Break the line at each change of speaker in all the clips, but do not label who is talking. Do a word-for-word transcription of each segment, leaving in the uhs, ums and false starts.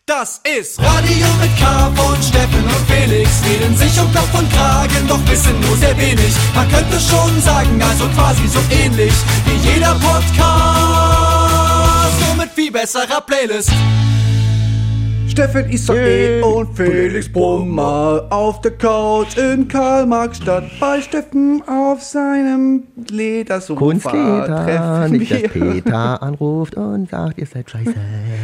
Das ist Radio mit K von Steffen und Felix. Reden sich um Kopf und Kragen, doch wissen nur sehr wenig. Man könnte schon sagen, also quasi so ähnlich wie jeder Podcast, nur mit viel besserer Playlist.
Steffen Israel und Felix Brummer auf der Couch in Karl-Marx-Stadt bei Steffen auf seinem Ledersofa.
Kunstleder, nicht dass Peter anruft und sagt, ihr seid scheiße.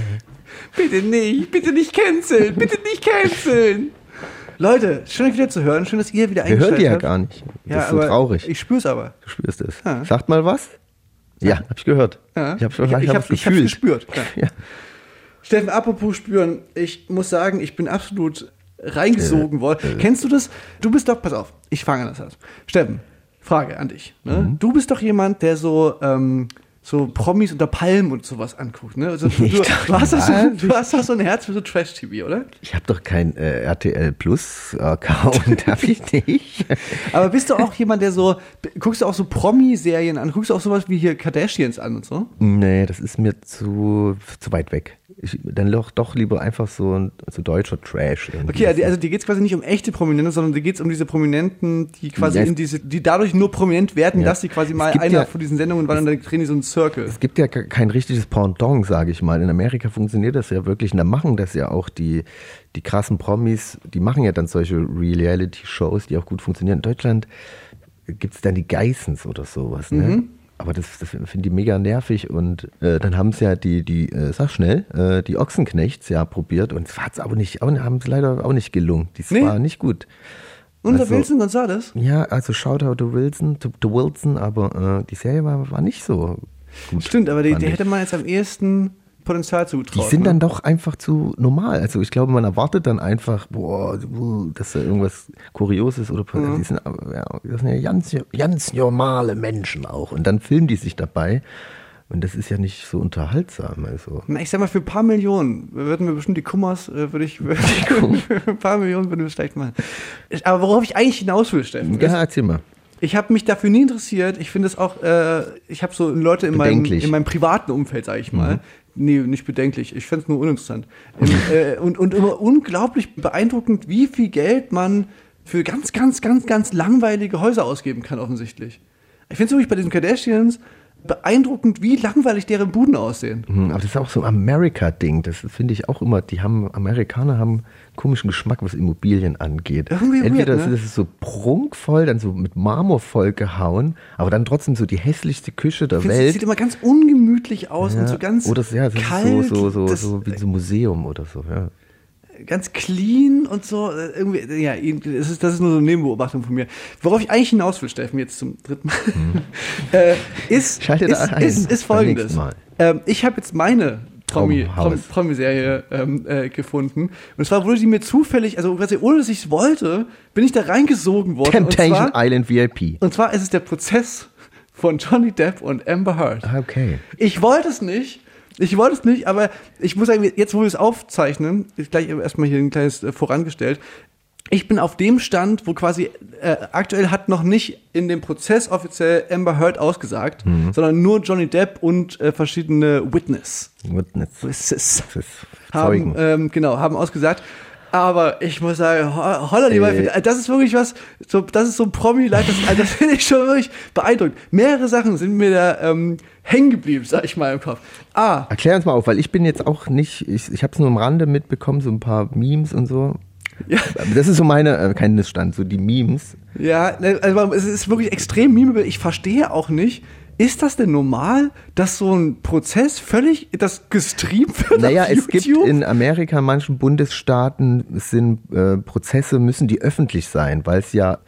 Bitte nicht, bitte nicht canceln, bitte nicht canceln. Leute, schön euch wieder zu hören, schön, dass ihr wieder eingeschaltet habt.
Wir hören die ja gar nicht, das
ja,
ist so traurig.
Ich spür's aber.
Du spürst es.
Ja.
Sagt mal was? Ja, hab ich gehört.
Ja.
Ich hab's,
ich,
ich
ich,
hab's
hab, ich hab's gespürt.
Ja.
Steffen, apropos spüren, ich muss sagen, ich bin absolut reingesogen äh, worden. Äh. Kennst du das? Du bist doch, pass auf, ich fange anders an. Steffen, Frage an dich. Ne? Mhm. Du bist doch jemand, der so, ähm, so Promis unter Palmen und sowas anguckt. Ne? Also, du, du, du, hast doch so, du hast doch so ein Herz für so Trash-T V, oder?
Ich habe doch kein äh, R T L Plus-Account, darf ich nicht.
Aber bist du auch jemand, der so, guckst du auch so Promi-Serien an? Guckst du auch sowas wie hier Kardashians an und so?
Nee, das ist mir zu, zu weit weg. Ich, dann doch, doch lieber einfach so ein so deutscher Trash.
Okay, also, also dir geht es quasi nicht um echte Prominente, sondern dir geht es um diese Prominenten, die quasi ja, in diese, die dadurch nur prominent werden, ja. dass sie quasi mal einer ja, von diesen Sendungen waren und dann drehen die so einen Circle.
Es gibt ja kein richtiges Pendant, sage ich mal. In Amerika funktioniert das ja wirklich und da machen das ja auch die, die krassen Promis, die machen ja dann solche Reality-Shows, die auch gut funktionieren. In Deutschland gibt es dann die Geissens oder sowas, ne? Mhm. Aber das, das finde ich mega nervig und äh, dann haben es ja die, die äh, sag schnell, äh, die Ochsenknechts ja probiert und es hat es aber nicht, haben es leider auch nicht gelungen. Das nee. war nicht gut.
Unter
also,
Wilson Gonzalez?
Ja, also Shoutout to Wilson, to, to Wilson, aber äh, die Serie war, war nicht so gut.
Stimmt, aber die, die hätte man jetzt am ehesten Potenzial zugetraut.
Die sind
ne?
dann doch einfach zu normal. Also ich glaube, man erwartet dann einfach, boah, dass da irgendwas Kurioses oder mhm. die sind, ja, das sind ja ganz, ganz normale Menschen auch. Und dann filmen die sich dabei. Und das ist ja nicht so unterhaltsam. Also.
Na, ich sag mal, für ein paar Millionen würden wir bestimmt die Kummers, äh, würde ich, würd ich für ein paar Millionen würden wir es vielleicht machen. Aber worauf ich eigentlich hinaus will, Steffen.
Ja, erzähl mal.
Ich habe mich dafür nie interessiert. Ich finde es auch, äh, ich habe so Leute in meinem, in meinem privaten Umfeld, sage ich mal. Mhm. Nee, nicht bedenklich. Ich fände es nur uninteressant. Im, äh, und, und immer unglaublich beeindruckend, wie viel Geld man für ganz, ganz, ganz, ganz langweilige Häuser ausgeben kann, offensichtlich. Ich finde es wirklich bei diesen Kardashians beeindruckend, wie langweilig deren Buden aussehen.
Aber das ist auch so ein Amerika-Ding. Das finde ich auch immer, die haben, Amerikaner haben komischen Geschmack, was Immobilien angeht.
Irgendwie
Entweder
weird, ne?
das ist so prunkvoll, dann so mit Marmor vollgehauen, aber dann trotzdem so die hässlichste Küche der
Welt.
Das
sieht immer ganz ungemütlich aus ja, und so ganz
oder, ja, das
kalt.
Ist so, so, so, so wie so ein Museum oder so, ja.
Ganz clean und so. Irgendwie, ja, das ist, das ist nur so eine Nebenbeobachtung von mir. Worauf ich eigentlich hinaus will, Steffen, jetzt zum dritten Mal, mhm. äh, ist, ist, ist, ist folgendes. Ähm, ich habe jetzt meine Promi, Prom, Promi-Serie ähm, äh, gefunden. Und zwar wurde die mir zufällig, also ohne dass ich es wollte, bin ich da reingesogen worden.
Temptation
und zwar,
Island V I P.
Und zwar ist es der Prozess von Johnny Depp und Amber Heard.
Okay.
Ich wollte es nicht. Ich wollte es nicht, aber ich muss sagen, jetzt wo wir es aufzeichnen, ist gleich erstmal hier ein kleines äh, vorangestellt. Ich bin auf dem Stand, wo quasi äh, aktuell hat noch nicht in dem Prozess offiziell Amber Heard ausgesagt, mhm. sondern nur Johnny Depp und äh, verschiedene Witness.
Witnesses.
Haben, ähm, genau, haben ausgesagt. Aber ich muss sagen, holla die Waldfee, das ist wirklich was, so, das ist so ein Promi-Like, das, das finde ich schon wirklich beeindruckend. Mehrere Sachen sind mir da ähm, hängen geblieben, sag ich mal im Kopf. Ah.
Erklär uns mal auf, weil ich bin jetzt auch nicht, ich, ich habe es nur am Rande mitbekommen, so ein paar Memes und so. Ja. Das ist so meine äh, Kenntnisstand, so die Memes.
Ja, also es ist wirklich extrem meme. Ich verstehe auch nicht, ist das denn normal, dass so ein Prozess völlig, das gestreamt wird?
Naja, es gibt in Amerika, in manchen Bundesstaaten sind äh, Prozesse, müssen die öffentlich sein, weil es ja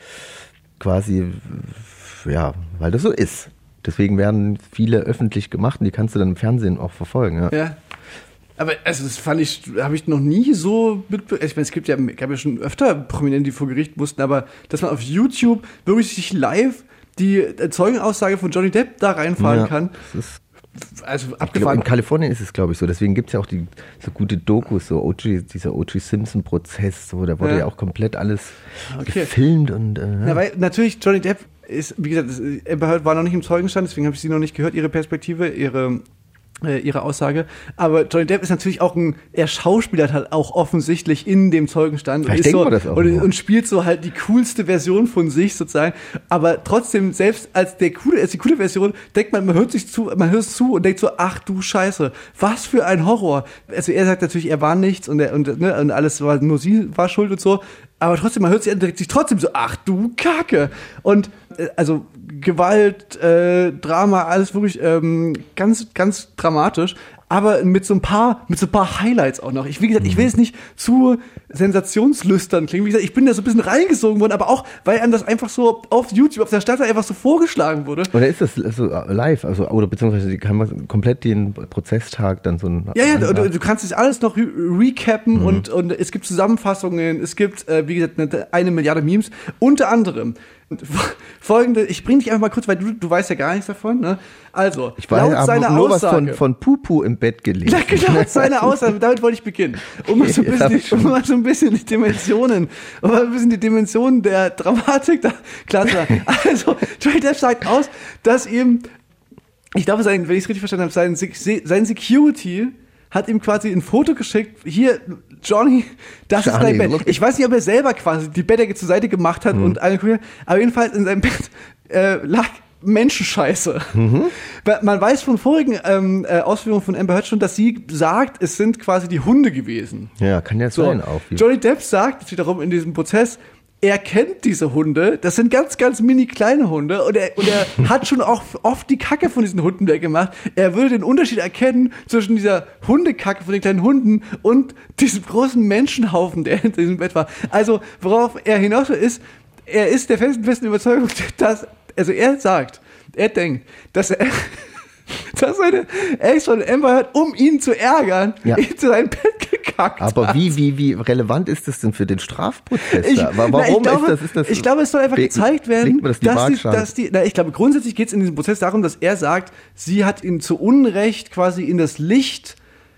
quasi, ja, weil das so ist. Deswegen werden viele öffentlich gemacht und die kannst du dann im Fernsehen auch verfolgen. Ja.
ja. Aber also das fand ich, habe ich noch nie so mitbekommen. Ich meine, es gibt ja, gab ja schon öfter Prominente, die vor Gericht mussten, aber dass man auf YouTube wirklich sich live die Zeugenaussage von Johnny Depp da reinfahren ja, kann. Das ist also abgefahren.
Glaub, in Kalifornien ist es, glaube ich, so. Deswegen gibt es ja auch die so gute Dokus, so O J, dieser O J Simpson-Prozess, so, da wurde ja. ja auch komplett alles okay. gefilmt. Und, äh,
ja, weil natürlich Johnny Depp ist, wie gesagt, Amber Heard war noch nicht im Zeugenstand, deswegen habe ich sie noch nicht gehört, ihre Perspektive, ihre ihre Aussage. Aber Johnny Depp ist natürlich auch ein, er schauspielert halt auch offensichtlich in dem Zeugenstand und, ist so, und, und spielt so halt die coolste Version von sich sozusagen. Aber trotzdem, selbst als der coole, als die coole Version, denkt man, man hört sich zu, man hört es zu und denkt so, ach du Scheiße, was für ein Horror. Also er sagt natürlich, er war nichts und, er, und, ne, und alles war, nur sie war schuld und so. Aber trotzdem, man hört sich an, denkt sich trotzdem so, ach du Kacke. Und äh, also Gewalt, äh, Drama, alles wirklich ähm, ganz, ganz dramatisch. Aber mit so ein paar, mit so ein paar Highlights auch noch. Ich, wie gesagt, ich will jetzt nicht zu sensationslüstern klingen. Wie gesagt, ich bin da so ein bisschen reingesogen worden, aber auch, weil einem das einfach so auf YouTube, auf der Startseite einfach so vorgeschlagen wurde.
Oder ist das also live? Also, oder beziehungsweise kann man komplett den Prozesstag dann so ein.
Ja, ja, du, du kannst das alles noch re- recappen mhm. und, und es gibt Zusammenfassungen, es gibt, äh, wie gesagt, eine, eine Milliarde Memes. Unter anderem folgende, ich bring dich einfach mal kurz, weil du, du weißt ja gar nichts davon, ne? Also,
ich weiß, laut seiner nur Aussage, was von, von Pupu im Bett gelesen.
Ja, genau, seine Aussage, damit wollte ich beginnen. Um mal so ein bisschen, die, um mal so ein bisschen die Dimensionen, um mal ein bisschen die Dimensionen der Dramatik da klar zu sagen. Also, Johnny Depp sagt aus, dass ihm, ich glaube, sein, wenn ich es richtig verstanden habe, sein, sein Security hat ihm quasi ein Foto geschickt, hier, Johnny, das Johnny, ist dein Bett. Ich weiß nicht, ob er selber quasi die Bettdecke zur Seite gemacht hat mhm. und alle, aber jedenfalls in seinem Bett äh, lag Menschenscheiße. Mhm. Man weiß von vorigen ähm, äh, Ausführungen von Amber Heard schon, dass sie sagt, es sind quasi die Hunde gewesen.
Ja, kann ja
so,
sein auch.
Johnny Depp sagt, es wiederum in diesem Prozess, er kennt diese Hunde, das sind ganz, ganz mini kleine Hunde und er, und er hat schon auch oft die Kacke von diesen Hunden weggemacht. Er würde den Unterschied erkennen zwischen dieser Hundekacke von den kleinen Hunden und diesem großen Menschenhaufen, der in diesem Bett war. Also, worauf er hinaus will, ist, er ist der festen, festen Überzeugung, dass, also er sagt, er denkt, dass er, dass seine Ex von Amber Heard, um ihn zu ärgern, ja. ihn zu seinem Bett gekackt
Aber
hat.
wie, wie, wie relevant ist das denn für den Strafprozess? Ich,
da? Warum na, ich glaube, ist das, ist das? Ich glaube, es soll einfach gezeigt werden, das die dass, die, dass die, na, ich glaube, grundsätzlich geht es in diesem Prozess darum, dass er sagt, sie hat ihn zu Unrecht quasi in das Licht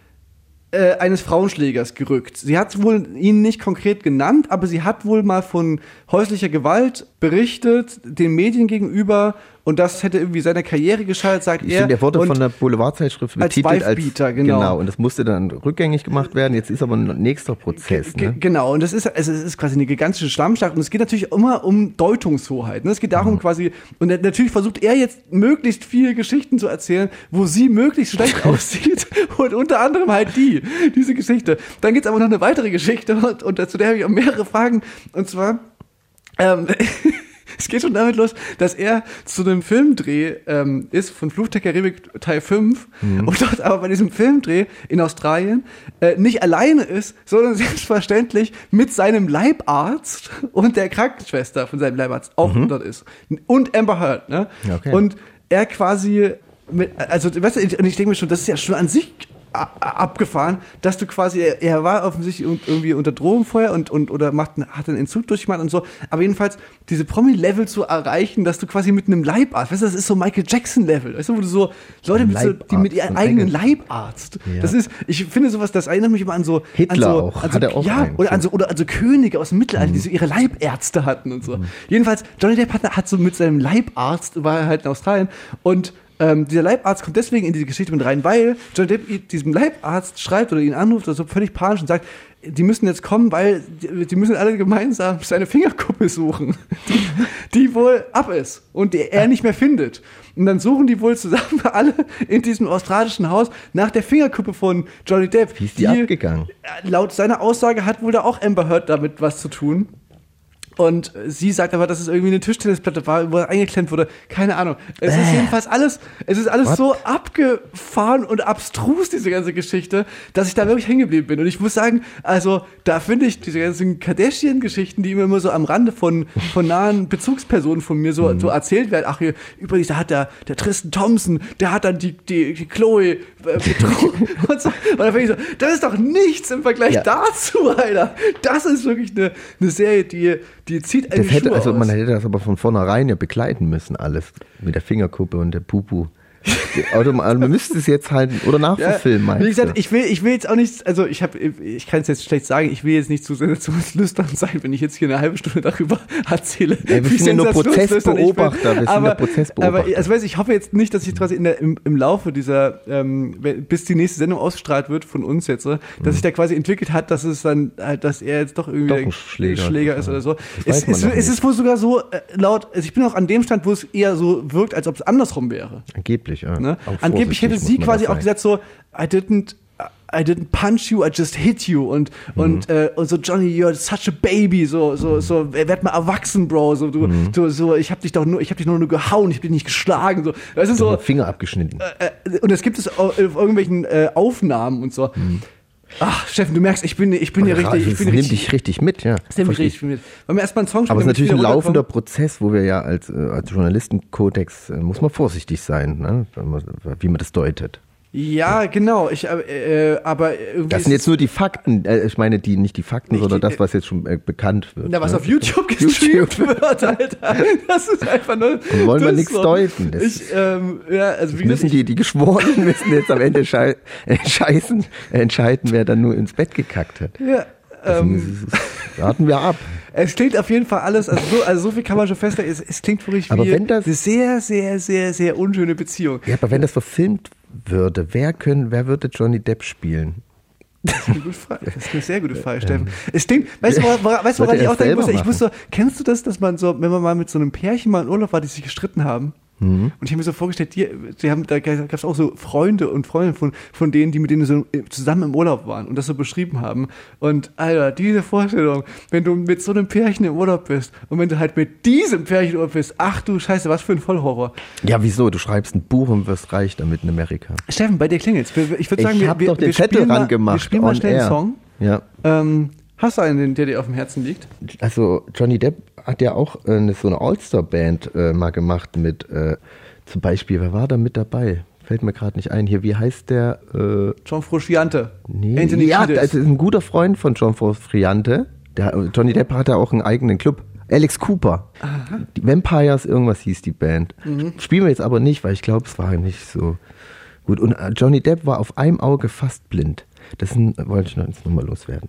äh, eines Frauenschlägers gerückt. Sie hat wohl ihn nicht konkret genannt, aber sie hat wohl mal von häuslicher Gewalt berichtet, den Medien gegenüber, und das hätte irgendwie seiner Karriere geschadet, sagt
ich
er.
Finde, der wurde von der Boulevardzeitschrift betitelt als
Wife-Beater, genau.
Genau, und das musste dann rückgängig gemacht werden. Jetzt ist aber ein nächster Prozess.
G-
ne?
Genau, und das ist, also es ist quasi eine gigantische Schlammschlacht und es geht natürlich immer um Deutungshoheit. Ne? Es geht darum mhm. quasi, und natürlich versucht er jetzt möglichst viele Geschichten zu erzählen, wo sie möglichst schlecht aussieht und unter anderem halt die, diese Geschichte. Dann gibt es aber noch eine weitere Geschichte und, und zu der habe ich auch mehrere Fragen, und zwar ähm, es geht schon damit los, dass er zu einem Filmdreh ähm, ist von Fluch der Karibik Teil fünf mhm. und dort aber bei diesem Filmdreh in Australien äh, nicht alleine ist, sondern selbstverständlich mit seinem Leibarzt und der Krankenschwester von seinem Leibarzt auch mhm. dort ist. Und Amber Heard, ne?
Okay.
Und er quasi mit, also weißt du, und ich denke mir schon, das ist ja schon an sich abgefahren, dass du quasi, er, er war offensichtlich irgendwie unter Drogen vorher und, und oder macht, hat einen Entzug durchgemacht und so, aber jedenfalls diese Promi-Level zu erreichen, dass du quasi mit einem Leibarzt, weißt du, das ist so Michael Jackson-Level, weißt du, wo du so Leute mit so, die mit ihrem eigenen Leibarzt, ja. das ist, ich finde sowas, das erinnert mich immer an so
Hitler
an so,
auch,
an so,
hat er auch
ja, oder an so, oder an so Könige aus dem Mittelalter, mhm. die so ihre Leibärzte hatten und so. Mhm. Jedenfalls, Johnny Depp hat, hat so mit seinem Leibarzt, war halt in Australien, und Ähm, dieser Leibarzt kommt deswegen in diese Geschichte mit rein, weil Johnny Depp diesem Leibarzt schreibt oder ihn anruft oder so völlig panisch und sagt, die müssen jetzt kommen, weil die, die müssen alle gemeinsam seine Fingerkuppe suchen, die, die wohl ab ist und die er nicht mehr findet. Und dann suchen die wohl zusammen alle in diesem australischen Haus nach der Fingerkuppe von Johnny Depp.
Wie ist die, die abgegangen?
Laut seiner Aussage hat wohl da auch Amber Heard damit was zu tun. Und sie sagt aber, dass es irgendwie eine Tischtennisplatte war, wo er eingeklemmt wurde. Keine Ahnung. Es äh. ist jedenfalls alles, es ist alles What? so abgefahren und abstrus, diese ganze Geschichte, dass ich da wirklich hängen geblieben bin. Und ich muss sagen, also da finde ich diese ganzen Kardashian-Geschichten, die immer, immer so am Rande von, von nahen Bezugspersonen von mir so, mhm. so erzählt werden. Ach, hier, übrigens, da hat der, der Tristan Thompson, der hat dann die, die, die Chloe äh, betrogen. und, so. Und da finde ich so, das ist doch nichts im Vergleich ja. dazu, Alter. Das ist wirklich eine, eine Serie, die Die zieht eigentlich
das hätte,
Schuhe
also
aus.
Man hätte das aber von vornherein ja begleiten müssen, alles. Mit der Fingerkuppe und der Pupu. Oder man müsste es jetzt halt, oder nachverfilmen,
ja, wie gesagt, ich will, ich will jetzt auch nicht, also ich habe, ich kann es jetzt schlecht sagen, ich will jetzt nicht zu sensationslüstern sein, wenn ich jetzt hier eine halbe Stunde darüber erzähle.
Ja, wir sind ja nur Prozessbeobachter, wir sind
aber,
ja Prozessbeobachter.
Aber also weiß ich, ich hoffe jetzt nicht, dass ich quasi in der, im, im Laufe dieser, ähm, bis die nächste Sendung ausgestrahlt wird von uns jetzt, dass mhm. sich da quasi entwickelt hat, dass es dann, dass er jetzt doch irgendwie doch ein Schläger, Schläger ist oder so. Es, es, es ist wohl sogar so äh, laut, also ich bin auch an dem Stand, wo es eher so wirkt, als ob es andersrum wäre.
Angeblich, ja.
Ne? Angeblich hätte sie quasi auch gesagt so, I didn't, I didn't punch you, I just hit you und mhm. und äh, und so Johnny, you're such a baby, so so so werd mal erwachsen, Bro, so du mhm. so, so ich hab dich doch nur, ich hab dich nur, nur gehauen, ich hab dich nicht geschlagen, so, weißt du, so
Finger abgeschnitten.
Äh, und das gibt es auf irgendwelchen äh, Aufnahmen und so. Mhm. Ach, Steffen, du merkst, ich bin, ich bin hier richtig, ich bin
nimm
richtig,
dich richtig mit, ja.
Das nimmt mich richtig mit. Wollen wir erstmal einen Song spielen?
Aber es ist natürlich ein laufender Prozess, wo wir ja als, äh, als Journalistenkodex, äh, muss man vorsichtig sein, ne? Wie man das deutet.
Ja, genau. Ich, äh, aber
das sind jetzt nur die Fakten. Äh, ich meine, die nicht die Fakten, sondern das, was jetzt schon äh, bekannt wird.
Na, was
ne?
auf YouTube gestreamt wird, Alter. Das ist einfach nur.
Und wollen wir nichts so. deuten. Das
ich, ähm, ja, also wie
müssen die, die Geschworenen müssen jetzt am Ende schei- entscheiden, entscheiden, wer dann nur ins Bett gekackt hat.
Ja. Ähm,
warten wir ab.
Es klingt auf jeden Fall alles, also so, also so viel kann man schon feststellen, es, es klingt wirklich
aber
wie
wenn das,
eine sehr, sehr, sehr, sehr unschöne Beziehung.
Ja, aber wenn das verfilmt würde, wer können, wer würde Johnny Depp spielen?
Das ist eine gute Frage. Das ist eine sehr gute Frage, Steffen. Es klingt, weißt du, woran, weißt, woran ich auch denken musste? Ich muss so, kennst du das, dass man so, wenn man mal mit so einem Pärchen mal in Urlaub war, die sich gestritten haben? Mhm. Und ich habe mir so vorgestellt, die, die haben, da gab es auch so Freunde und Freundinnen von, von denen, die mit denen so zusammen im Urlaub waren und das so beschrieben haben. Und Alter, diese Vorstellung, wenn du mit so einem Pärchen im Urlaub bist und wenn du halt mit diesem Pärchen im Urlaub bist, ach du Scheiße, was für ein Vollhorror.
Ja, wieso? Du schreibst ein Buch und wirst reich damit in Amerika.
Steffen, bei dir klingelt's. Ich würde sagen,
ich
wir, wir,
doch den
wir
Zettel
spielen
ran
mal,
gemacht.
Wir spielen mal schnell einen Song.
Ja.
Ähm, hast du einen, der dir auf dem Herzen liegt?
Also Johnny Depp hat ja auch äh, so eine All-Star-Band äh, mal gemacht mit äh, zum Beispiel, wer war da mit dabei? Fällt mir gerade nicht ein. Hier, wie heißt der? Äh,
John Frusciante.
Nee. Anthony ja, Kiedis. Das ist ein guter Freund von John Frusciante. Der, Johnny Depp hatte auch einen eigenen Club. Alex Cooper. Aha. Die Vampires, irgendwas hieß die Band. Mhm. Spielen wir jetzt aber nicht, weil ich glaube, es war nicht so gut. Und Johnny Depp war auf einem Auge fast blind. Das ein, wollte ich noch jetzt nochmal loswerden.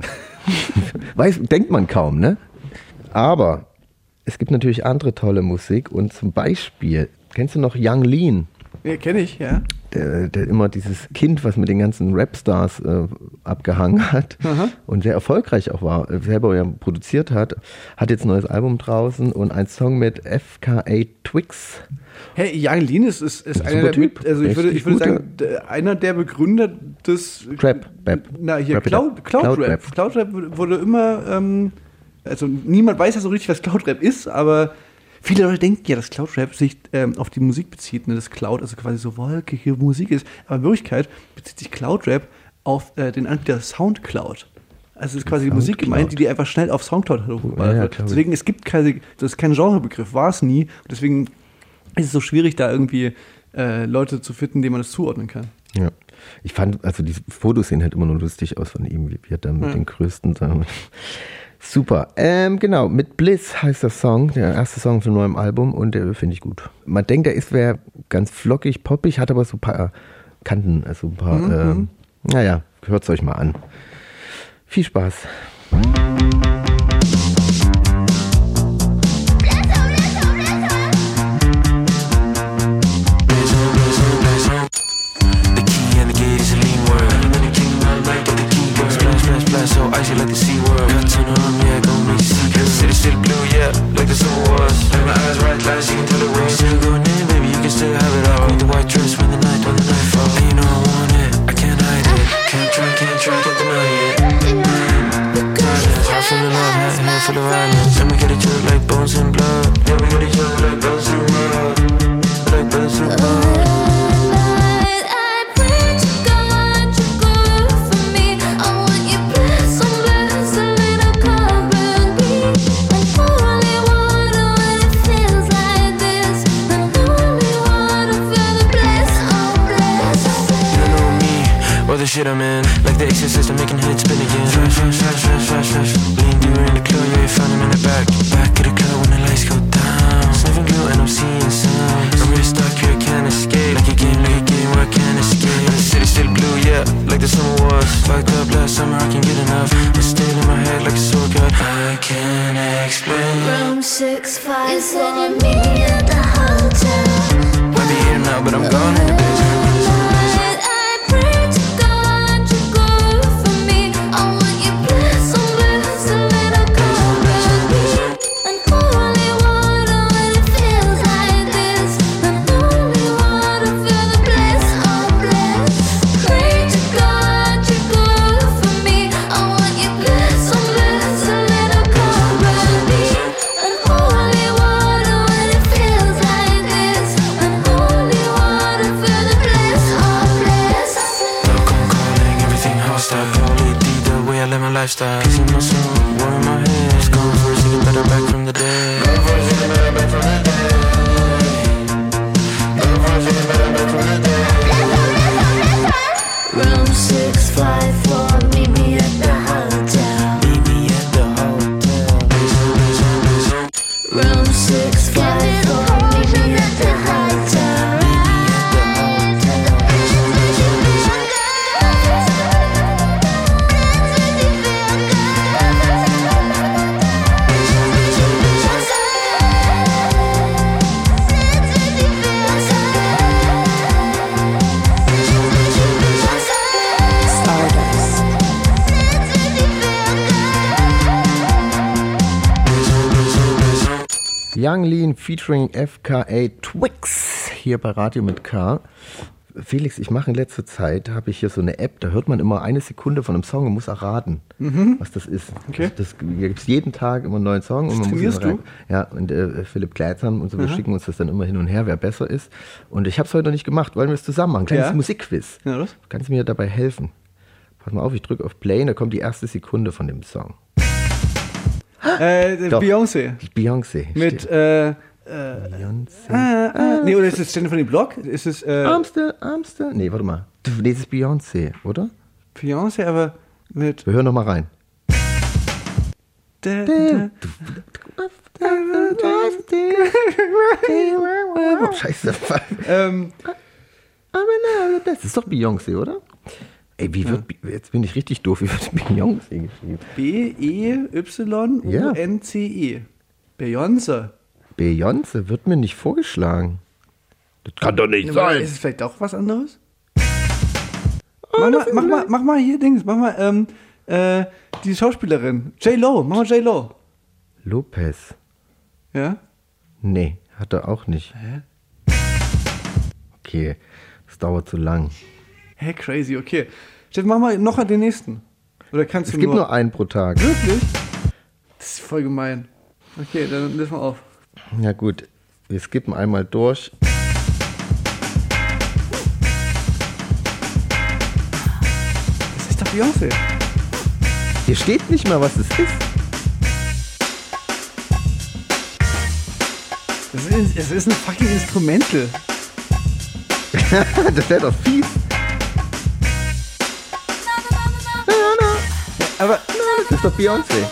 Weiß, denkt man kaum, ne? Aber es gibt natürlich andere tolle Musik und zum Beispiel, kennst du noch Yung Lean?
Ja, kenne ich, ja.
Der, der immer dieses Kind, was mit den ganzen Rapstars äh, abgehangen hat Aha. und sehr erfolgreich auch war, selber ja produziert hat, hat jetzt ein neues Album draußen und ein Song mit F K A Twigs.
Hey, Yung Lean ist, ist, ist einer der, typ. also ich würde, ich würde sagen, einer der Begründer des
Rap, Rap.
Na, hier Cloud, Cloud, Cloud Rap. Rap. Cloud Rap wurde immer, ähm, also niemand weiß ja so richtig, was Cloud Rap ist, aber viele Leute denken ja, dass Cloud Rap sich ähm, auf die Musik bezieht, ne? Dass Cloud also quasi so wolkige Musik ist. Aber in Wirklichkeit bezieht sich Cloud Rap auf äh, den Anbieter Soundcloud. Also es ist quasi die Musik gemeint, die, die einfach schnell auf Soundcloud hochgeladen wird. Ja, deswegen, es gibt keine, das ist kein Genrebegriff, war es nie. Und deswegen ist es so schwierig, da irgendwie äh, Leute zu finden, denen man das zuordnen kann.
Ja. Ich fand, also die Fotos sehen halt immer nur lustig aus von ihm, wie wir da mit ja. den größten Sachen. Super. Ähm, genau, mit Bliss heißt der Song, der erste Song von neuem Album und der finde ich gut. Man denkt, der ist wäre ganz flockig, poppig, hat aber so ein paar Kanten, also ein paar, mhm. ähm, naja, hört es euch mal an. Viel Spaß.
So icy like the Sea World. Got turn on, yeah, gon' make you see girl. City, city blue, yeah, like the Civil Wars. Like my eyes right, lights, you can tell the world. Still going in, baby, you can still have it all. Queen the white dress when the night, when the night falls. And you know I want it, I can't hide it. Can't try, can't try, can't deny it. Silence, heart full of love, hat, head full of violence. And we get each other like bones and blood. Yeah, we get each other like bones and blood. Like bones and blood. The shit I'm in, like the Exorcist, I'm making heads spin again. Flash, flash, flash, flash, flash, flash. Lean deeper in the club, yeah, you found him in the back. Back of the club when the lights go down. Sniffing glue and I'm seeing sounds. I'm really stuck here, can't escape. Like a game, like said you meet me at the hotel. Might be here now, but I'm gone in a bit. Lifestyle, cause you know some war in my head. Just going for a second better back from the dead. Going for a second better back from the dead. Going for a second better back from the dead. Room six five four, meet me at the hotel. Meet me at the hotel. Room six five four, meet me at the hotel.
Young Lean featuring F K A Twix hier bei Radio mit K. Felix, ich mache in letzter Zeit, habe ich hier so eine App, da hört man immer eine Sekunde von einem Song und muss erraten, mhm. was das ist.
Okay.
Das, das gibt es jeden Tag immer einen neuen Song.
Das
und man
trainierst
muss
du?
Ja, und äh, Philipp Kleitzahn und so, wir Aha. schicken uns das dann immer hin und her, wer besser ist. Und ich habe es heute noch nicht gemacht. Wollen wir es zusammen machen? Kleines ja. Musikquiz.
Ja, los.
Kannst du mir dabei helfen? Pass mal auf, ich drücke auf Play und da kommt die erste Sekunde von dem Song.
Äh, Beyoncé.
Beyoncé.
Mit, äh, äh,
Beyoncé.
Ah, ah, nee, oder ist es Jennifer von Block? Ist es, äh,
Amster, Amster. Nee, warte mal. Nee, das ist Beyoncé, oder?
Beyoncé, aber mit.
Wir hören noch mal rein.
Da, da.
Oh, scheiße.
ähm,
das ist doch Beyoncé, oder? Ey, wie wird, ja. jetzt bin ich richtig doof, wie wird Beyoncé geschrieben?
B E Y O N C E. Beyoncé.
Beyoncé wird mir nicht vorgeschlagen. Das kann doch nicht sein.
Ist es vielleicht auch was anderes? Oh, mach, mal, mach, mal, mach mal hier Dings, mach mal ähm, äh, die Schauspielerin. J-Lo, mach mal J-Lo.
Lopez.
Ja?
Nee, hat er auch nicht.
Hä?
Okay, das dauert zu lang.
Hä, hey, crazy, okay. Steffen, mach mal noch den nächsten. Oder kannst
es
du
gibt
nur...
nur einen pro Tag.
Wirklich? Das ist voll gemein. Okay, dann lass mal auf.
Ja gut, wir skippen einmal durch.
Das ist doch Beyoncé.
Hier steht nicht mal, was es ist.
Es ist, es ist ein fucking Instrumental.
Das wäre doch fies.
Aber
das ist doch Beyoncé.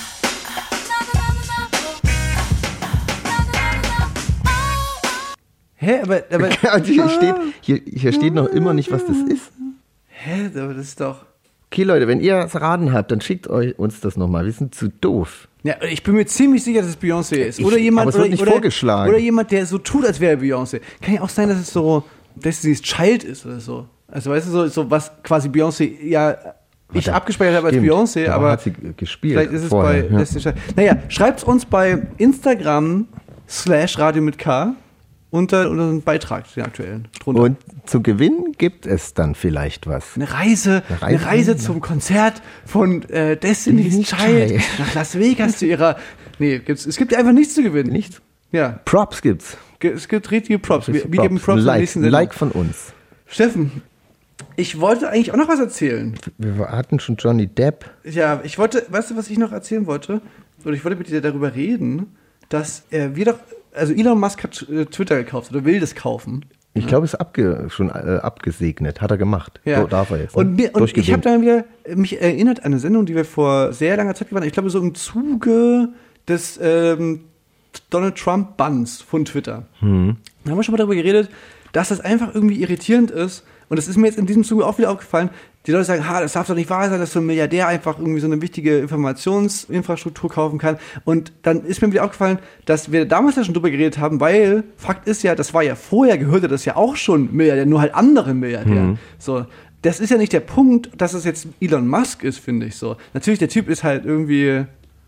Hä, aber, aber
hier, steht, hier, hier steht noch immer nicht, was das ist.
Hä, aber das ist doch...
Okay, Leute, wenn ihr es erraten habt, dann schickt euch uns das nochmal. Wir sind zu doof.
Ja, ich bin mir ziemlich sicher, dass es Beyoncé ist. Oder
ich,
jemand,
aber es wird
oder,
nicht
oder,
vorgeschlagen.
Oder jemand, der so tut, als wäre er Beyoncé. Kann ja auch sein, dass es so Destiny's Child ist oder so. Also weißt du, so, so was quasi Beyoncé ja... Ich abgespeichert habe als Beyoncé,
ja,
aber
hat sie gespielt
vielleicht ist es
vorher,
bei
ja.
Destiny's Child. Naja, schreibt uns bei Instagram slash Radio mit K unter unseren Beitrag, den aktuellen. Drunter.
Und zu gewinnen gibt es dann vielleicht was.
Eine Reise, eine Reise, eine Reise ja. zum Konzert von äh, Destiny's Child, Child nach Las Vegas zu ihrer... Nee, gibt's, es gibt einfach nichts zu gewinnen.
Nichts?
Ja.
Props gibt's.
Es gibt richtige Props. Wir, wir
Props.
geben Props
like,
im nächsten Sendung.
Like von uns.
Steffen, ich wollte eigentlich auch noch was erzählen.
Wir hatten schon Johnny Depp.
Ja, ich wollte, weißt du, was ich noch erzählen wollte? Oder ich wollte mit dir darüber reden, dass äh, wir doch, also Elon Musk hat äh, Twitter gekauft oder will das kaufen.
Ich glaube, es ist abge, schon äh, abgesegnet, hat er gemacht.
Ja.
So darf er jetzt.
Und, mir, und ich habe dann wieder mich erinnert an eine Sendung, die wir vor sehr langer Zeit gemacht haben. Ich glaube, so im Zuge des ähm, Donald Trump-Banns von Twitter. Hm. Da haben wir schon mal darüber geredet, dass das einfach irgendwie irritierend ist. Und das ist mir jetzt in diesem Zuge auch wieder aufgefallen, die Leute sagen, ha, das darf doch nicht wahr sein, dass so ein Milliardär einfach irgendwie so eine wichtige Informationsinfrastruktur kaufen kann. Und dann ist mir wieder aufgefallen, dass wir damals ja schon drüber geredet haben, weil Fakt ist ja, das war ja vorher, gehörte das ja auch schon Milliardär, nur halt andere Milliardär. Mhm. So, das ist ja nicht der Punkt, dass es jetzt Elon Musk ist, finde ich so. Natürlich, der Typ ist halt irgendwie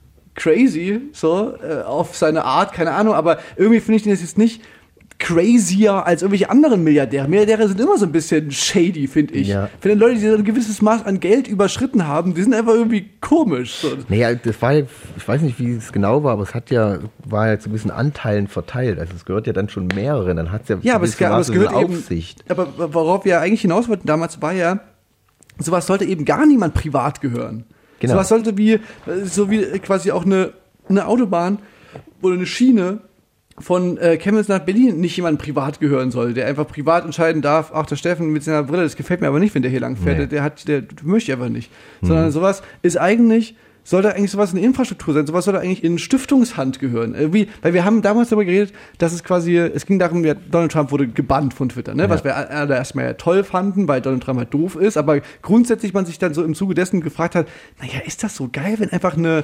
crazy, so, äh, auf seine Art, keine Ahnung, aber irgendwie finde ich den jetzt nicht crazier als irgendwelche anderen Milliardäre. Milliardäre sind immer so ein bisschen shady, finde ich. Ja. Für die Leute, die so ein gewisses Maß an Geld überschritten haben, die sind einfach irgendwie komisch. So.
Naja, das war, ich weiß nicht, wie es genau war, aber es hat ja, war ja so ein bisschen Anteilen verteilt. Also es gehört ja dann schon mehreren, dann hat es ja,
ja aber es, gab, aber es gehört eine Aufsicht. Eben, aber worauf wir eigentlich hinaus wollten damals war ja, sowas sollte eben gar niemand privat gehören. Genau. Sowas sollte wie, so wie quasi auch eine, eine Autobahn oder eine Schiene von äh, Chemnitz nach Berlin nicht jemand privat gehören soll, der einfach privat entscheiden darf, ach, der Steffen mit seiner Brille, das gefällt mir aber nicht, wenn der hier lang fährt, nee. der, der hat, der, der möchte ich einfach nicht. Mhm. Sondern sowas ist eigentlich, sollte eigentlich sowas eine Infrastruktur sein, sowas sollte eigentlich in Stiftungshand gehören. Irgendwie, weil wir haben damals darüber geredet, dass es quasi, es ging darum, ja, Donald Trump wurde gebannt von Twitter, ne? Ja. Was wir alle erstmal ja toll fanden, weil Donald Trump halt doof ist, aber grundsätzlich man sich dann so im Zuge dessen gefragt hat, naja, ist das so geil, wenn einfach eine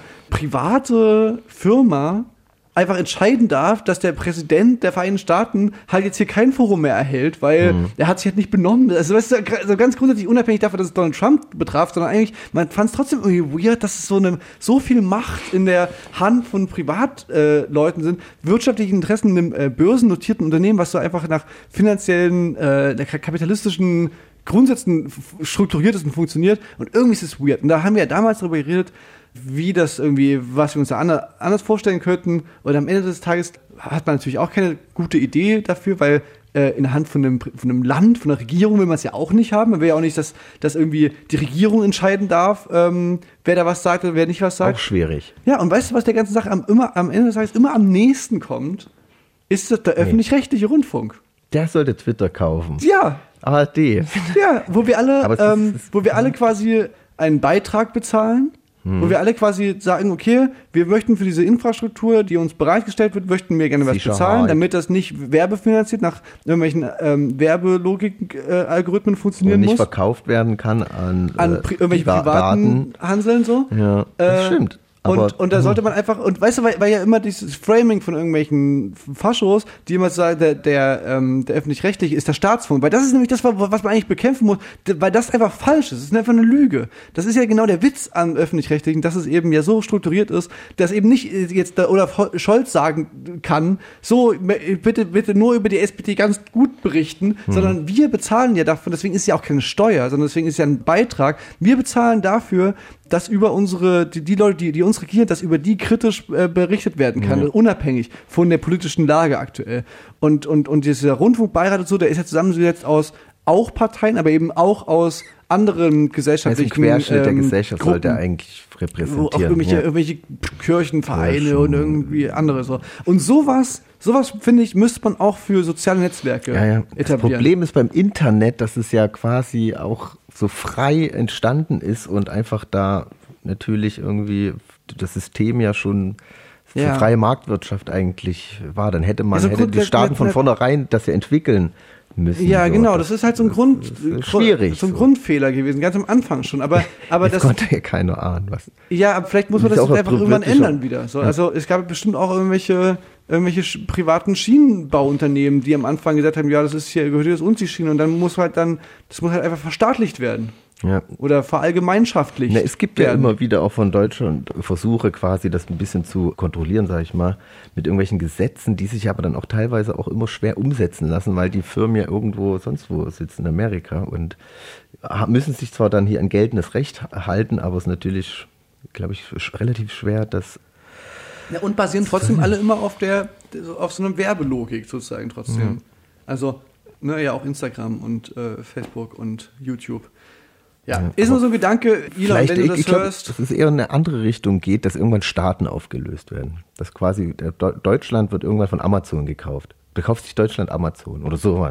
private Firma einfach entscheiden darf, dass der Präsident der Vereinigten Staaten halt jetzt hier kein Forum mehr erhält, weil mhm. er hat sich halt nicht benommen. Also weißt du, also ganz grundsätzlich unabhängig davon, dass es Donald Trump betraf, sondern eigentlich, man fand es trotzdem irgendwie weird, dass es so eine so viel Macht in der Hand von Privatleuten äh, sind, wirtschaftlichen Interessen in einem äh, börsennotierten Unternehmen, was so einfach nach finanziellen, äh, kapitalistischen Grundsätzen strukturiert ist und funktioniert. Und irgendwie ist es weird. Und da haben wir ja damals darüber geredet, wie das irgendwie, was wir uns da anders vorstellen könnten. Und am Ende des Tages hat man natürlich auch keine gute Idee dafür, weil äh, in der Hand von einem, von einem Land, von einer Regierung will man es ja auch nicht haben. Man will ja auch nicht, dass, dass irgendwie die Regierung entscheiden darf, ähm, wer da was sagt oder wer nicht was sagt.
Auch schwierig.
Ja, und weißt du, was der ganzen Sache am, immer, am Ende des Tages immer am nächsten kommt? Ist das der nee. öffentlich-rechtliche Rundfunk.
Der sollte Twitter kaufen.
Ja.
A R D.
Ja, wo wir alle, ähm, ist, wo wir alle quasi einen Beitrag bezahlen. Hm. Wo wir alle quasi sagen, okay, wir möchten für diese Infrastruktur, die uns bereitgestellt wird, möchten wir gerne was Sicherheit. bezahlen, damit das nicht werbefinanziert nach irgendwelchen ähm, Werbelogik-Algorithmen äh, funktionieren muss.
Und nicht muss. verkauft werden kann an,
an pri- irgendwelche privaten Hanseln so.
Ja, das äh, stimmt. Aber,
und, und da sollte man einfach, und weißt du, weil, weil ja immer dieses Framing von irgendwelchen Faschos, die immer sagen, der, der, ähm, der öffentlich-rechtliche ist der Staatsfunk, weil das ist nämlich das, was man eigentlich bekämpfen muss, weil das einfach falsch ist, das ist einfach eine Lüge. Das ist ja genau der Witz am öffentlich-rechtlichen, dass es eben ja so strukturiert ist, dass eben nicht jetzt der Olaf Scholz sagen kann, so, bitte, bitte nur über die S P D ganz gut berichten, hm. sondern wir bezahlen ja davon, deswegen ist ja auch keine Steuer, sondern deswegen ist ja ein Beitrag, wir bezahlen dafür, dass über unsere, die, die Leute, die, die uns regieren, dass über die kritisch äh, berichtet werden kann, mhm. unabhängig von der politischen Lage aktuell. Und, und, und dieser Rundfunkbeirat und so, der ist ja zusammengesetzt aus auch Parteien, aber eben auch aus anderen gesellschaftlichen
also Querschnitt ähm, der Gesellschaft Gruppen, sollte eigentlich repräsentieren.
Auch irgendwelche,
ja. irgendwelche
Kirchenvereine ja, und irgendwie andere so. Und sowas, sowas finde ich, müsste man auch für soziale Netzwerke
ja, ja.
etablieren.
Das Problem ist beim Internet, dass es ja quasi auch so frei entstanden ist und einfach da natürlich irgendwie das System ja schon für ja. freie Marktwirtschaft eigentlich war. Dann hätte man, also hätte die Staaten von vornherein das ja entwickeln müssen.
Ja, so. genau, das ist halt so ein Grund,
schwierig,
so ein
so.
Grundfehler gewesen, ganz am Anfang schon. Aber, aber
das,
das
konnte ja keiner ahnen, was.
Ja, aber vielleicht muss man das, das einfach irgendwann ändern wieder. So, ja. Also es gab bestimmt auch irgendwelche irgendwelche sch- privaten Schienenbauunternehmen, die am Anfang gesagt haben, ja, das ist hier, gehört das uns die Schiene und dann muss halt dann, das muss halt einfach verstaatlicht werden. Ja. Oder verallgemeinschaftlicht
Na, es gibt werden. ja immer wieder auch von Deutschland Versuche quasi, das ein bisschen zu kontrollieren, sage ich mal, mit irgendwelchen Gesetzen, die sich aber dann auch teilweise auch immer schwer umsetzen lassen, weil die Firmen ja irgendwo sonst wo sitzen, in Amerika und müssen sich zwar dann hier an geltendes Recht halten, aber es ist natürlich, glaube ich, relativ schwer, das
ja, und basieren trotzdem alle immer auf der, auf so einer Werbelogik sozusagen trotzdem. Mhm. Also, ne, ja auch Instagram und äh, Facebook und YouTube. Ja, ja ist nur so ein Gedanke, Elon, wenn du das
ich glaub,
hörst.
Dass es eher in eine andere Richtung geht, dass irgendwann Staaten aufgelöst werden. Dass quasi der Deutschland wird irgendwann von Amazon gekauft. Da kauft sich Deutschland Amazon oder sowas.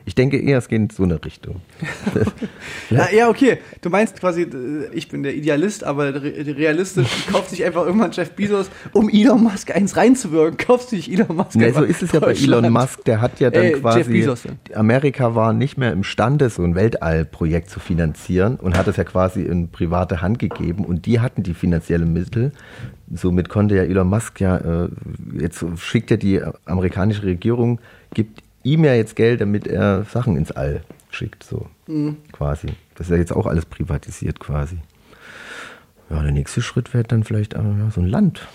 Ich denke eher, es geht in so eine Richtung.
ja, ja, okay. Du meinst quasi, ich bin der Idealist, aber realistisch kauft sich einfach irgendwann Jeff Bezos, um Elon Musk eins reinzuwirken. Kauft sich Elon Musk.
Ja, so ist es ja bei Elon Musk. Der hat ja dann äh, quasi, Bezos, ja. Amerika war nicht mehr imstande, so ein Weltallprojekt zu finanzieren und hat es ja quasi in private Hand gegeben und die hatten die finanziellen Mittel. Somit konnte ja Elon Musk ja, äh, jetzt schickt ja die amerikanische Regierung, gibt ihm ja jetzt Geld, damit er Sachen ins All schickt, so mhm. quasi. Das ist ja jetzt auch alles privatisiert quasi. Ja, der nächste Schritt wäre dann vielleicht äh, ja, so ein Land.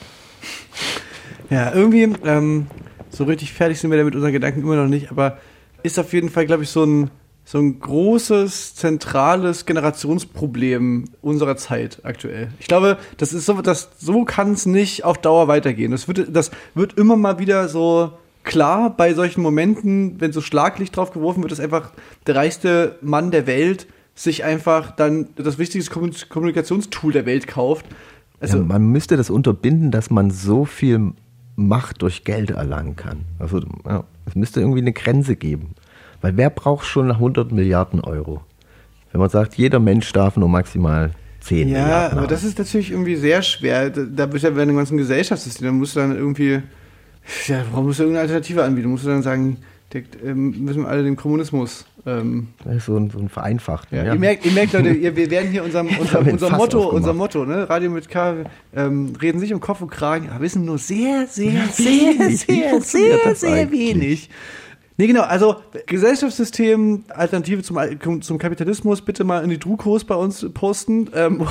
Ja, irgendwie, ähm, so richtig fertig sind wir da mit unseren Gedanken immer noch nicht, aber ist auf jeden Fall, glaube ich, so ein so ein großes, zentrales Generationsproblem unserer Zeit aktuell. Ich glaube, das ist so, das, so kann es nicht auf Dauer weitergehen. Das wird, das wird immer mal wieder so klar bei solchen Momenten, wenn so Schlaglicht drauf geworfen wird, dass einfach der reichste Mann der Welt sich einfach dann das wichtigste Kommunikationstool der Welt kauft.
Also ja, man müsste das unterbinden, dass man so viel Macht durch Geld erlangen kann. Also ja, es müsste irgendwie eine Grenze geben. Weil wer braucht schon hundert Milliarden Euro? Wenn man sagt, jeder Mensch darf nur maximal zehn
ja,
Milliarden
Ja, aber
haben.
Das ist natürlich irgendwie sehr schwer. Da, da bist du ja bei einem ganzen Gesellschaftssystem. Da musst du dann irgendwie, ja, warum musst du irgendeine Alternative anbieten? Musst du dann sagen, der, ähm, müssen wir alle den Kommunismus. Ähm,
das ist so ein, so ein vereinfacht.
Ja, ja. Ihr, merkt, ihr merkt, Leute, ihr, wir werden hier unserem, unserem, unser Motto, unser Motto, ne? Radio mit K, ähm, reden sich um Kopf und Kragen, aber wissen nur sehr, sehr, ja, sehr, sehr, sehr, sehr, sehr wenig. Nee, genau, also Gesellschaftssystem, Alternative zum, zum Kapitalismus, bitte mal in die Drukos bei uns posten. Ähm,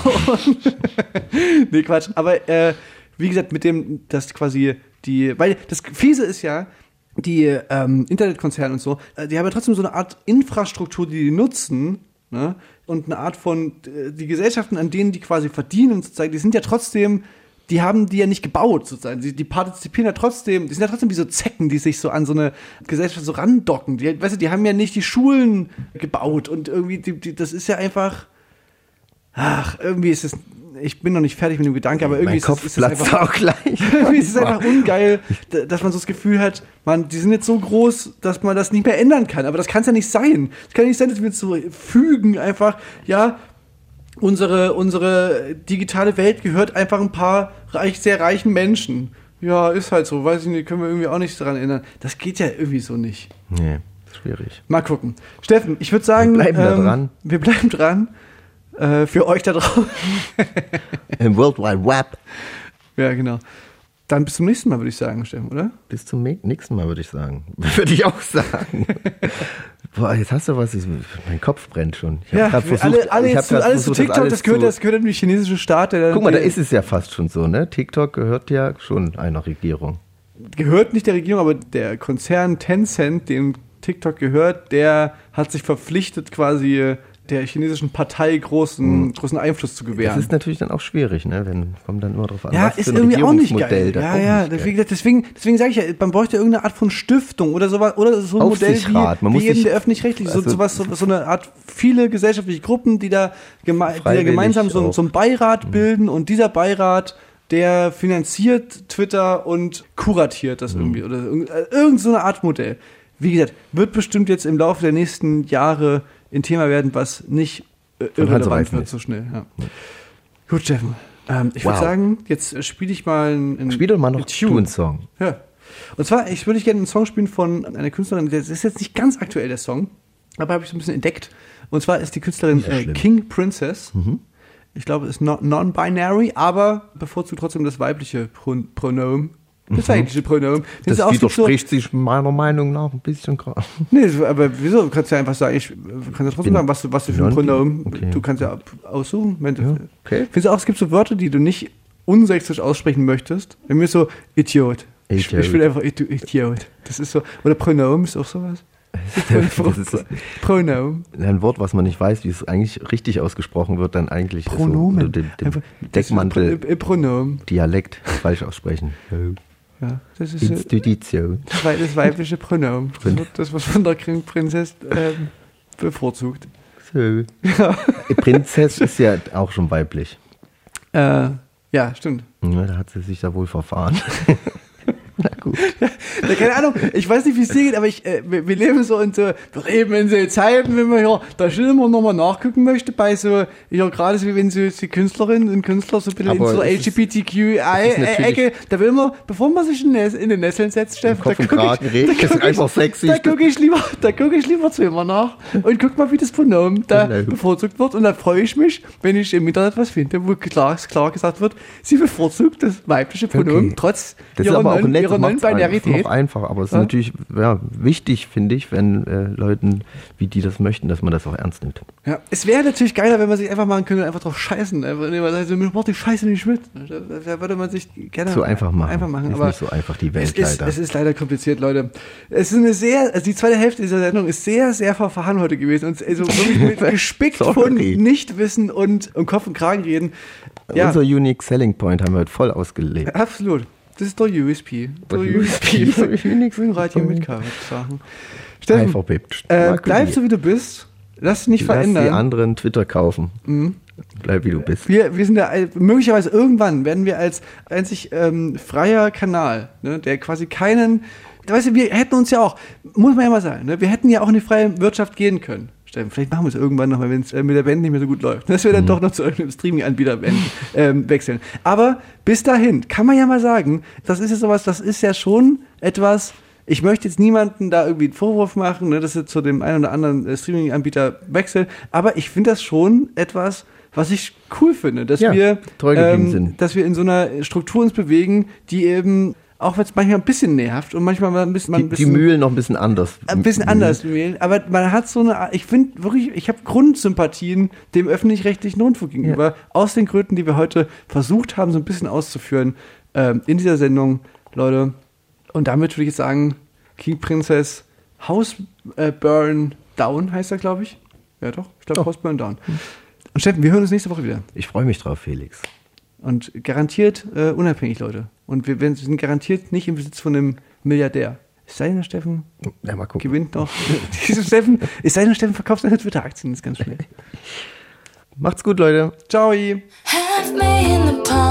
nee, Quatsch, aber äh, wie gesagt, mit dem, dass quasi die, weil das Fiese ist ja, die ähm, Internetkonzerne und so, äh, die haben ja trotzdem so eine Art Infrastruktur, die die nutzen, ne? Und eine Art von, äh, die Gesellschaften, an denen die quasi verdienen, sozusagen, die sind ja trotzdem, die haben die ja nicht gebaut, sozusagen. Die, die partizipieren ja trotzdem, die sind ja trotzdem wie so Zecken, die sich so an so eine Gesellschaft so randocken. Die, weißt du, die haben ja nicht die Schulen gebaut und irgendwie, die, die, das ist ja einfach, ach, irgendwie ist es, ich bin noch nicht fertig mit dem Gedanken, aber irgendwie
mein Kopf
ist es einfach
auch gleich.
Irgendwie ist es einfach ungeil, dass man so das Gefühl hat, man, die sind jetzt so groß, dass man das nicht mehr ändern kann. Aber das kann es ja nicht sein. Es kann ja nicht sein, dass wir jetzt so fügen einfach, ja, unsere, unsere digitale Welt gehört einfach ein paar reich, sehr reichen Menschen. Ja, ist halt so, weiß ich nicht, können wir irgendwie auch nicht daran erinnern. Das geht ja irgendwie so nicht.
Nee, ist schwierig.
Mal gucken. Steffen, ich würde sagen,
wir bleiben
ähm,
da dran.
Wir bleiben dran. Äh, für euch da draußen.
Im World Wide Web.
Ja, genau. Dann bis zum nächsten Mal, würde ich sagen, Steffen, oder?
Bis zum nächsten Mal, würde ich sagen. Würde ich auch sagen. Boah, jetzt hast du was, ich, mein Kopf brennt schon. Ich
ja,
versucht,
alle, alle, jetzt zu, alles
versucht,
zu TikTok, das, das, gehört, das gehört in die chinesische Staat. Der,
Guck mal, da ist es ja fast schon so, ne? TikTok gehört ja schon einer Regierung.
Gehört nicht der Regierung, aber der Konzern Tencent, dem TikTok gehört, der hat sich verpflichtet, quasi der chinesischen Partei großen, mhm. großen Einfluss zu gewähren.
Das ist natürlich dann auch schwierig, ne? Wenn, kommt dann immer drauf an,
ja,
was
ist
für ein
irgendwie auch nicht geil.
Ja,
auch ja, nicht deswegen, geil. deswegen, deswegen sage ich ja, man bräuchte irgendeine Art von Stiftung oder sowas, oder so ein Modell wie,
man
wie eben der öffentlich-rechtliche, also, so, sowas, so, so eine Art viele gesellschaftliche Gruppen, die da, geme- die da gemeinsam so, so einen Beirat mhm. bilden und dieser Beirat, der finanziert Twitter und kuratiert das mhm. irgendwie oder irgend so eine Art Modell. Wie gesagt, wird bestimmt jetzt im Laufe der nächsten Jahre ein Thema werden, was nicht irrelevant wird so schnell. Ja. Gut, Steffen. Ähm, ich wow. würde sagen, jetzt spiele ich mal einen
Spiel doch mal noch du einen Song.
Ja. Und zwar, ich würde gerne einen Song spielen von einer Künstlerin, das ist jetzt nicht ganz aktuell, der Song, aber habe ich so ein bisschen entdeckt. Und zwar ist die Künstlerin äh, King Princess. Mhm. Ich glaube, es ist non-binary, aber bevorzugt trotzdem das weibliche Pro- Pronomen. Das weibliche Pronomen.
Das, das widerspricht so, sich meiner Meinung nach ein bisschen gerade.
Nee, aber wieso? Du kannst ja einfach sagen, ich kann ja trotzdem sagen, was du, was du für ein Pronomen, okay. Du kannst ja aussuchen. Wenn du, ja, okay. Findest du auch, es gibt so Wörter, die du nicht unsächsisch aussprechen möchtest? Bei mir ist so Idiot. Ich, ich will einfach Idiot. Das ist so, oder Pronomen ist auch sowas.
Das ist
Pronomen.
Ein Wort, was man nicht weiß, wie es eigentlich richtig ausgesprochen wird, dann eigentlich
Pronomen.
So, dem, dem Deckmantel
Pronomen.
Dialekt falsch aussprechen.
Ja, das ist
Institution.
Das weibliche Pronomen. Das, wird, das was von der Prinzess ähm, bevorzugt.
So. Ja. Prinzess ist ja auch schon weiblich.
Äh, ja, stimmt.
Ja, da hat sie sich da wohl verfahren. Na gut. gut.
Ja, keine Ahnung, ich weiß nicht, wie es dir geht, aber ich, äh, wir, wir leben so in so, wir leben in so Zeiten, wenn man hier da schon immer nochmal nachgucken möchte, bei so, ja, gerade so wie wenn so die Künstlerinnen und Künstler so ein bisschen aber in so L G B T Q I-Ecke, da will man, bevor man sich in, in den Nesseln setzt, Steffen, da gucke ich, da guck einfach sexy. Da gucke ich lieber, da gucke ich lieber zweimal nach und guck mal, wie das Pronomen da bevorzugt wird, und da freue ich mich, wenn ich im Internet was finde, wo klar, klar gesagt wird, sie bevorzugt das weibliche Pronomen, okay. trotz
das ihrer, aber non, ihrer Non-Binarität. Noch einfach, aber es ist ja? natürlich ja, wichtig, finde ich, wenn äh, Leuten, wie die das möchten, dass man das auch ernst nimmt.
Ja, es wäre natürlich geiler, wenn man sich einfach machen könnte, einfach drauf scheißen. Einfach, also, ich mach die Scheiße nicht mit. Da, da würde man sich gerne
so einfach machen.
Einfach machen.
Ist
aber
nicht so einfach die Welt
es ist,
leider.
Es ist leider kompliziert, Leute. Es ist eine sehr, also die zweite Hälfte dieser Sendung ist sehr, sehr verfahren heute gewesen und also wirklich gespickt von Nichtwissen und um Kopf und Kragen reden.
Ja. Unser Unique Selling Point haben wir heute voll ausgelebt.
Absolut. Das ist der U S P. Der U S P für Radio mit Sachen. Steffen, äh, bleib so wie du bist. Lass dich nicht Lass verändern.
Lass die anderen Twitter kaufen. Mhm. Bleib wie du bist.
Wir, wir sind ja, möglicherweise irgendwann werden wir als einzig ähm, freier Kanal, ne, der quasi keinen, weißt du, wir hätten uns ja auch, muss man ja mal sagen, ne, wir hätten ja auch in die freie Wirtschaft gehen können. Steffen, vielleicht machen wir es irgendwann nochmal, wenn es äh, mit der Band nicht mehr so gut läuft, dass wir dann mhm. doch noch zu irgendeinem Streaming-Anbieter ähm, wechseln. Aber bis dahin kann man ja mal sagen, das ist ja sowas, das ist ja schon etwas, ich möchte jetzt niemanden da irgendwie einen Vorwurf machen, ne, dass er zu dem einen oder anderen äh, Streaming-Anbieter wechselt, aber ich finde das schon etwas, was ich cool finde, dass ja, wir ähm, sind. dass wir in so einer Struktur uns bewegen, die eben, auch wenn es manchmal ein bisschen nervt und manchmal mal ein bisschen,
die,
ein bisschen
die Mühlen noch ein bisschen anders.
Ein bisschen Mühlen. anders Mühlen, aber man hat so eine, ich finde wirklich, ich habe Grundsympathien dem öffentlich-rechtlichen Rundfunk gegenüber, ja. aus den Gründen, die wir heute versucht haben, so ein bisschen auszuführen ähm, in dieser Sendung, Leute. Und damit würde ich jetzt sagen, King Princess House äh, Burn Down heißt er, glaube ich. Ja doch, ich glaube House Burn Down. Mhm. Und Steffen, wir hören uns nächste Woche wieder.
Ich freue mich drauf, Felix.
Und garantiert äh, unabhängig, Leute. Und wir, wir sind garantiert nicht im Besitz von einem Milliardär. Es sei denn, Steffen
ja, mal gucken.
gewinnt noch. Steffen, es sei denn, Steffen verkauft seine Twitter-Aktien. Das ist ganz schwer.
Macht's gut, Leute.
Ciao.
Have me in the palm.